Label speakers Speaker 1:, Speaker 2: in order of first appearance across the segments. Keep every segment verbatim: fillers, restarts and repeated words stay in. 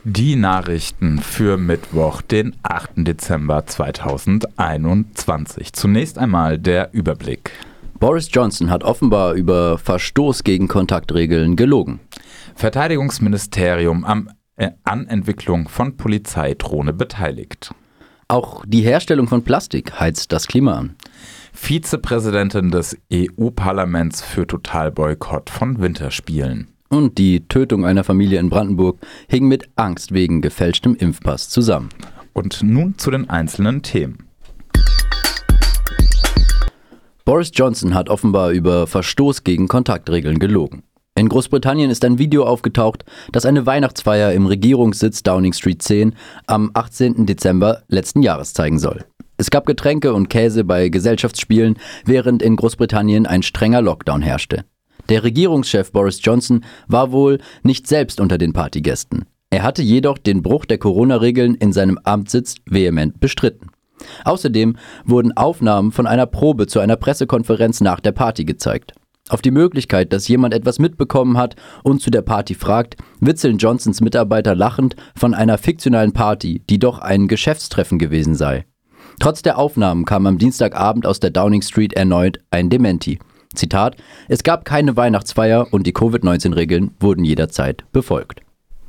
Speaker 1: Die Nachrichten für Mittwoch, den achten Dezember zweitausendeinundzwanzig. Zunächst einmal der Überblick.
Speaker 2: Boris Johnson hat offenbar über Verstoß gegen Kontaktregeln gelogen.
Speaker 1: Verteidigungsministerium am, äh, an Entwicklung von Polizeidrohne beteiligt.
Speaker 2: Auch die Herstellung von Plastik heizt das Klima an.
Speaker 1: Vizepräsidentin des E U-Parlaments für Totalboykott von Winterspielen.
Speaker 2: Und die Tötung einer Familie in Brandenburg hing mit Angst wegen gefälschtem Impfpass zusammen.
Speaker 1: Und nun zu den einzelnen Themen.
Speaker 2: Boris Johnson hat offenbar über Verstoß gegen Kontaktregeln gelogen. In Großbritannien ist ein Video aufgetaucht, das eine Weihnachtsfeier im Regierungssitz Downing Street zehn am achtzehnten Dezember letzten Jahres zeigen soll. Es gab Getränke und Käse bei Gesellschaftsspielen, während in Großbritannien ein strenger Lockdown herrschte. Der Regierungschef Boris Johnson war wohl nicht selbst unter den Partygästen. Er hatte jedoch den Bruch der Corona-Regeln in seinem Amtssitz vehement bestritten. Außerdem wurden Aufnahmen von einer Probe zu einer Pressekonferenz nach der Party gezeigt. Auf die Möglichkeit, dass jemand etwas mitbekommen hat und zu der Party fragt, witzeln Johnsons Mitarbeiter lachend von einer fiktionalen Party, die doch ein Geschäftstreffen gewesen sei. Trotz der Aufnahmen kam am Dienstagabend aus der Downing Street erneut ein Dementi. Zitat: Es gab keine Weihnachtsfeier und die Covid neunzehn Regeln wurden jederzeit befolgt.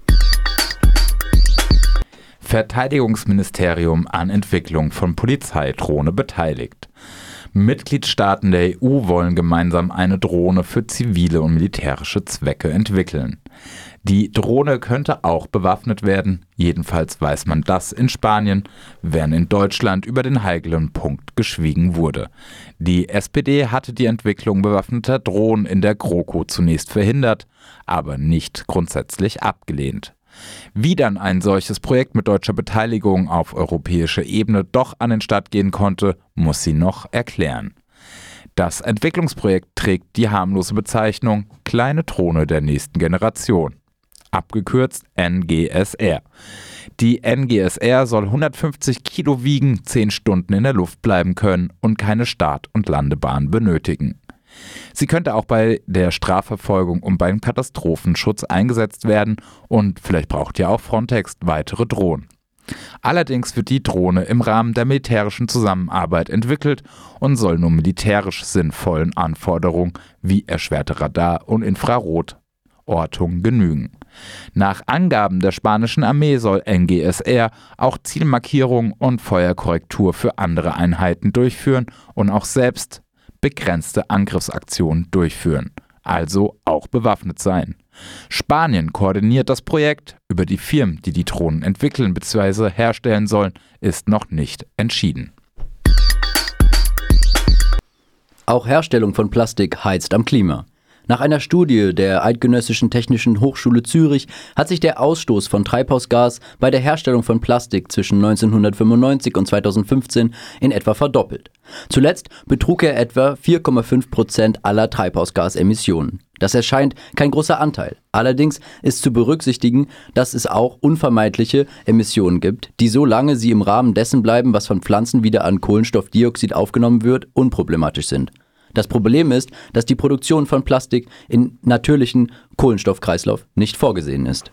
Speaker 1: Verteidigungsministerium an Entwicklung von Polizeidrohne beteiligt. Mitgliedstaaten der E U wollen gemeinsam eine Drohne für zivile und militärische Zwecke entwickeln. Die Drohne könnte auch bewaffnet werden, jedenfalls weiß man das in Spanien, während in Deutschland über den heiklen Punkt geschwiegen wurde. Die S P D hatte die Entwicklung bewaffneter Drohnen in der GroKo zunächst verhindert, aber nicht grundsätzlich abgelehnt. Wie dann ein solches Projekt mit deutscher Beteiligung auf europäischer Ebene doch an den Start gehen konnte, muss sie noch erklären. Das Entwicklungsprojekt trägt die harmlose Bezeichnung Kleine Drohne der nächsten Generation, abgekürzt N G S R. Die N G S R soll hundertfünfzig Kilo wiegen, zehn Stunden in der Luft bleiben können und keine Start- und Landebahn benötigen. Sie könnte auch bei der Strafverfolgung und beim Katastrophenschutz eingesetzt werden und vielleicht braucht ja auch Frontex weitere Drohnen. Allerdings wird die Drohne im Rahmen der militärischen Zusammenarbeit entwickelt und soll nur militärisch sinnvollen Anforderungen wie erschwerte Radar- und Infrarotortung genügen. Nach Angaben der spanischen Armee soll N G S R auch Zielmarkierung und Feuerkorrektur für andere Einheiten durchführen und auch selbst begrenzte Angriffsaktionen durchführen, also auch bewaffnet sein. Spanien koordiniert das Projekt, über die Firmen, die die Drohnen entwickeln bzw. herstellen sollen, ist noch nicht entschieden.
Speaker 2: Auch Herstellung von Plastik heizt am Klima. Nach einer Studie der Eidgenössischen Technischen Hochschule Zürich hat sich der Ausstoß von Treibhausgas bei der Herstellung von Plastik zwischen neunzehnhundertfünfundneunzig und zweitausendfünfzehn in etwa verdoppelt. Zuletzt betrug er etwa vier Komma fünf Prozent aller Treibhausgasemissionen. Das erscheint kein großer Anteil. Allerdings ist zu berücksichtigen, dass es auch unvermeidliche Emissionen gibt, die, solange sie im Rahmen dessen bleiben, was von Pflanzen wieder an Kohlenstoffdioxid aufgenommen wird, unproblematisch sind. Das Problem ist, dass die Produktion von Plastik im natürlichen Kohlenstoffkreislauf nicht vorgesehen ist.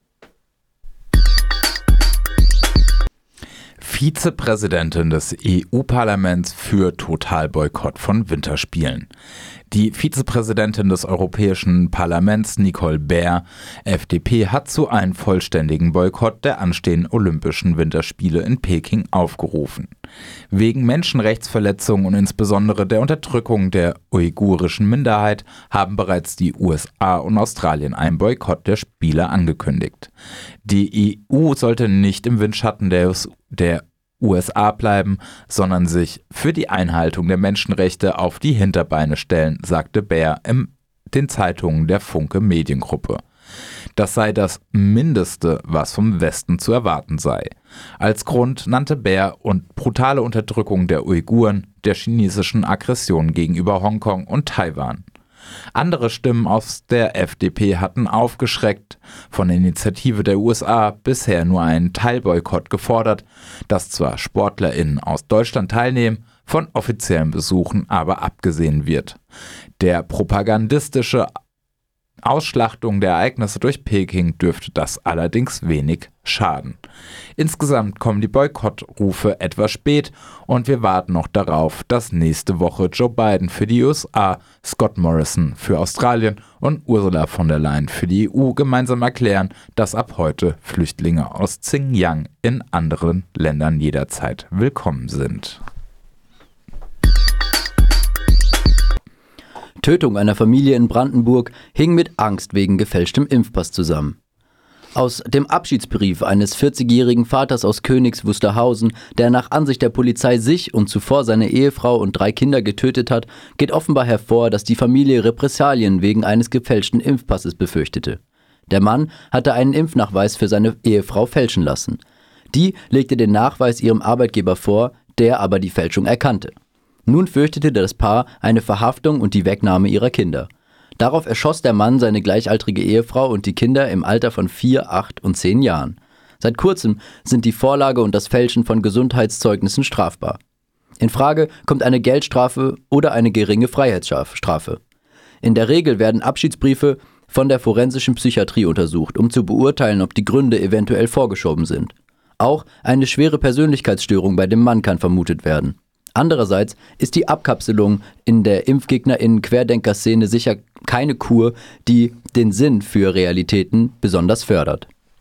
Speaker 1: Vizepräsidentin des E U-Parlaments für Totalboykott von Winterspielen. Die Vizepräsidentin des Europäischen Parlaments, Nicole Baer, F D P, hat zu einem vollständigen Boykott der anstehenden Olympischen Winterspiele in Peking aufgerufen. Wegen Menschenrechtsverletzungen und insbesondere der Unterdrückung der uigurischen Minderheit haben bereits die U S A und Australien einen Boykott der Spiele angekündigt. Die E U sollte nicht im Windschatten der, der U S A bleiben, sondern sich für die Einhaltung der Menschenrechte auf die Hinterbeine stellen, sagte Baer in den Zeitungen der Funke Mediengruppe. Das sei das Mindeste, was vom Westen zu erwarten sei. Als Grund nannte Baer und brutale Unterdrückung der Uiguren, der chinesischen Aggression gegenüber Hongkong und Taiwan. Andere Stimmen aus der F D P hatten aufgeschreckt von der Initiative der U S A bisher nur einen Teilboykott gefordert, dass zwar SportlerInnen aus Deutschland teilnehmen, von offiziellen Besuchen aber abgesehen wird. Der propagandistische Ausschlachtung der Ereignisse durch Peking dürfte das allerdings wenig schaden. Insgesamt kommen die Boykottrufe etwas spät und wir warten noch darauf, dass nächste Woche Joe Biden für die U S A, Scott Morrison für Australien und Ursula von der Leyen für die E U gemeinsam erklären, dass ab heute Flüchtlinge aus Xinjiang in anderen Ländern jederzeit willkommen sind.
Speaker 2: Tötung einer Familie in Brandenburg hing mit Angst wegen gefälschtem Impfpass zusammen. Aus dem Abschiedsbrief eines vierzigjährigen Vaters aus Königs Wusterhausen, der nach Ansicht der Polizei sich und zuvor seine Ehefrau und drei Kinder getötet hat, geht offenbar hervor, dass die Familie Repressalien wegen eines gefälschten Impfpasses befürchtete. Der Mann hatte einen Impfnachweis für seine Ehefrau fälschen lassen. Die legte den Nachweis ihrem Arbeitgeber vor, der aber die Fälschung erkannte. Nun fürchtete das Paar eine Verhaftung und die Wegnahme ihrer Kinder. Darauf erschoss der Mann seine gleichaltrige Ehefrau und die Kinder im Alter von vier, acht und zehn Jahren. Seit kurzem sind die Vorlage und das Fälschen von Gesundheitszeugnissen strafbar. In Frage kommt eine Geldstrafe oder eine geringe Freiheitsstrafe. In der Regel werden Abschiedsbriefe von der forensischen Psychiatrie untersucht, um zu beurteilen, ob die Gründe eventuell vorgeschoben sind. Auch eine schwere Persönlichkeitsstörung bei dem Mann kann vermutet werden. Andererseits ist die Abkapselung in der ImpfgegnerInnen-Querdenker-Szene sicher keine Kur, die den Sinn für Realitäten besonders fördert.